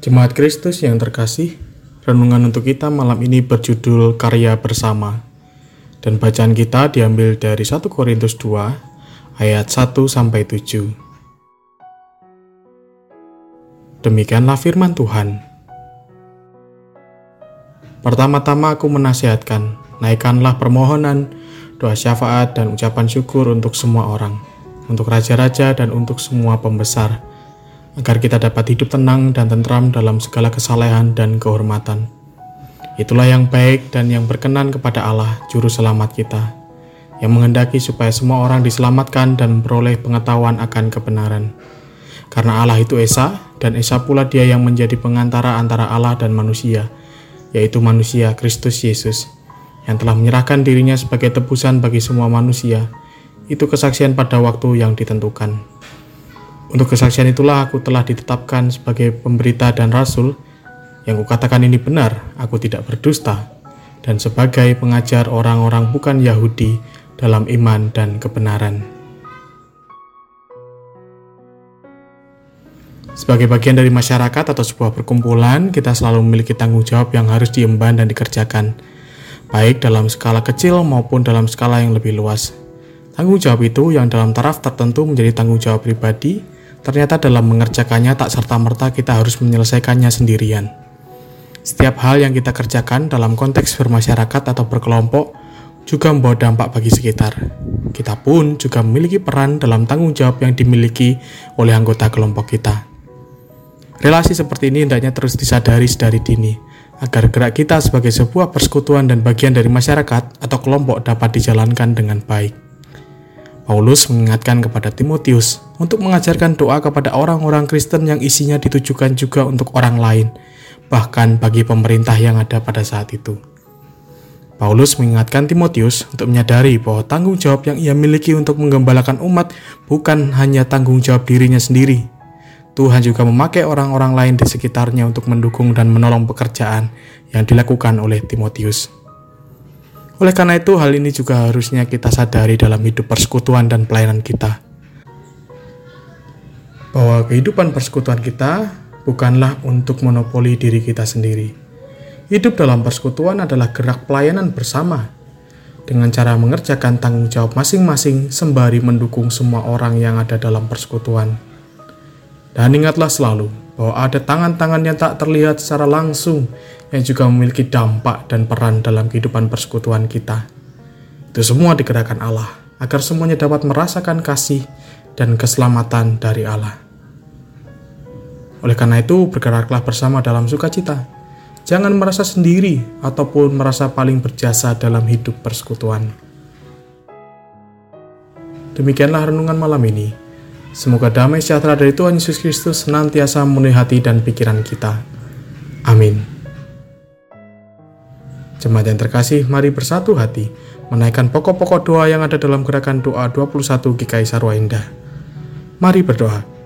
Jemaat Kristus yang terkasih, renungan untuk kita malam ini berjudul Karya Bersama. Dan bacaan kita diambil dari 1 Korintus 2 ayat 1-7. Demikianlah firman Tuhan. Pertama-tama aku menasihatkan, naikkanlah permohonan, doa syafaat dan ucapan syukur untuk semua orang, untuk raja-raja dan untuk semua pembesar, agar kita dapat hidup tenang dan tentram dalam segala kesalehan dan kehormatan. Itulah yang baik dan yang berkenan kepada Allah, Juru Selamat kita, yang menghendaki supaya semua orang diselamatkan dan beroleh pengetahuan akan kebenaran. Karena Allah itu Esa, dan Esa pula Dia yang menjadi pengantara antara Allah dan manusia, yaitu manusia Kristus Yesus, yang telah menyerahkan dirinya sebagai tebusan bagi semua manusia. Itu kesaksian pada waktu yang ditentukan. Untuk kesaksian itulah aku telah ditetapkan sebagai pemberita dan rasul. Yang kukatakan ini benar, aku tidak berdusta, dan sebagai pengajar orang-orang bukan Yahudi dalam iman dan kebenaran. Sebagai bagian dari masyarakat atau sebuah perkumpulan, kita selalu memiliki tanggung jawab yang harus diemban dan dikerjakan, baik dalam skala kecil maupun dalam skala yang lebih luas. Tanggung jawab itu yang dalam taraf tertentu menjadi tanggung jawab pribadi, ternyata dalam mengerjakannya tak serta-merta kita harus menyelesaikannya sendirian. Setiap hal yang kita kerjakan dalam konteks bermasyarakat atau berkelompok juga membawa dampak bagi sekitar. Kita pun juga memiliki peran dalam tanggung jawab yang dimiliki oleh anggota kelompok kita. Relasi seperti ini hendaknya terus disadari sedari dini, agar gerak kita sebagai sebuah persekutuan dan bagian dari masyarakat atau kelompok dapat dijalankan dengan baik. Paulus mengingatkan kepada Timotius untuk mengajarkan doa kepada orang-orang Kristen yang isinya ditujukan juga untuk orang lain, bahkan bagi pemerintah yang ada pada saat itu. Paulus mengingatkan Timotius untuk menyadari bahwa tanggung jawab yang ia miliki untuk menggembalakan umat bukan hanya tanggung jawab dirinya sendiri. Tuhan juga memakai orang-orang lain di sekitarnya untuk mendukung dan menolong pekerjaan yang dilakukan oleh Timotius. Oleh karena itu, hal ini juga harusnya kita sadari dalam hidup persekutuan dan pelayanan kita. Bahwa kehidupan persekutuan kita bukanlah untuk monopoli diri kita sendiri. Hidup dalam persekutuan adalah gerak pelayanan bersama, dengan cara mengerjakan tanggung jawab masing-masing sembari mendukung semua orang yang ada dalam persekutuan. Dan ingatlah selalu bahwa ada tangan-tangan yang tak terlihat secara langsung yang juga memiliki dampak dan peran dalam kehidupan persekutuan kita. Itu semua digerakkan Allah, agar semuanya dapat merasakan kasih dan keselamatan dari Allah. Oleh karena itu, bergeraklah bersama dalam sukacita. Jangan merasa sendiri ataupun merasa paling berjasa dalam hidup persekutuan. Demikianlah renungan malam ini. Semoga damai sejahtera dari Tuhan Yesus Kristus senantiasa memenuhi hati dan pikiran kita. Amin. Jemaat yang terkasih, mari bersatu hati menaikkan pokok-pokok doa yang ada dalam gerakan doa 21 GKI Sarwa Indah. Mari berdoa.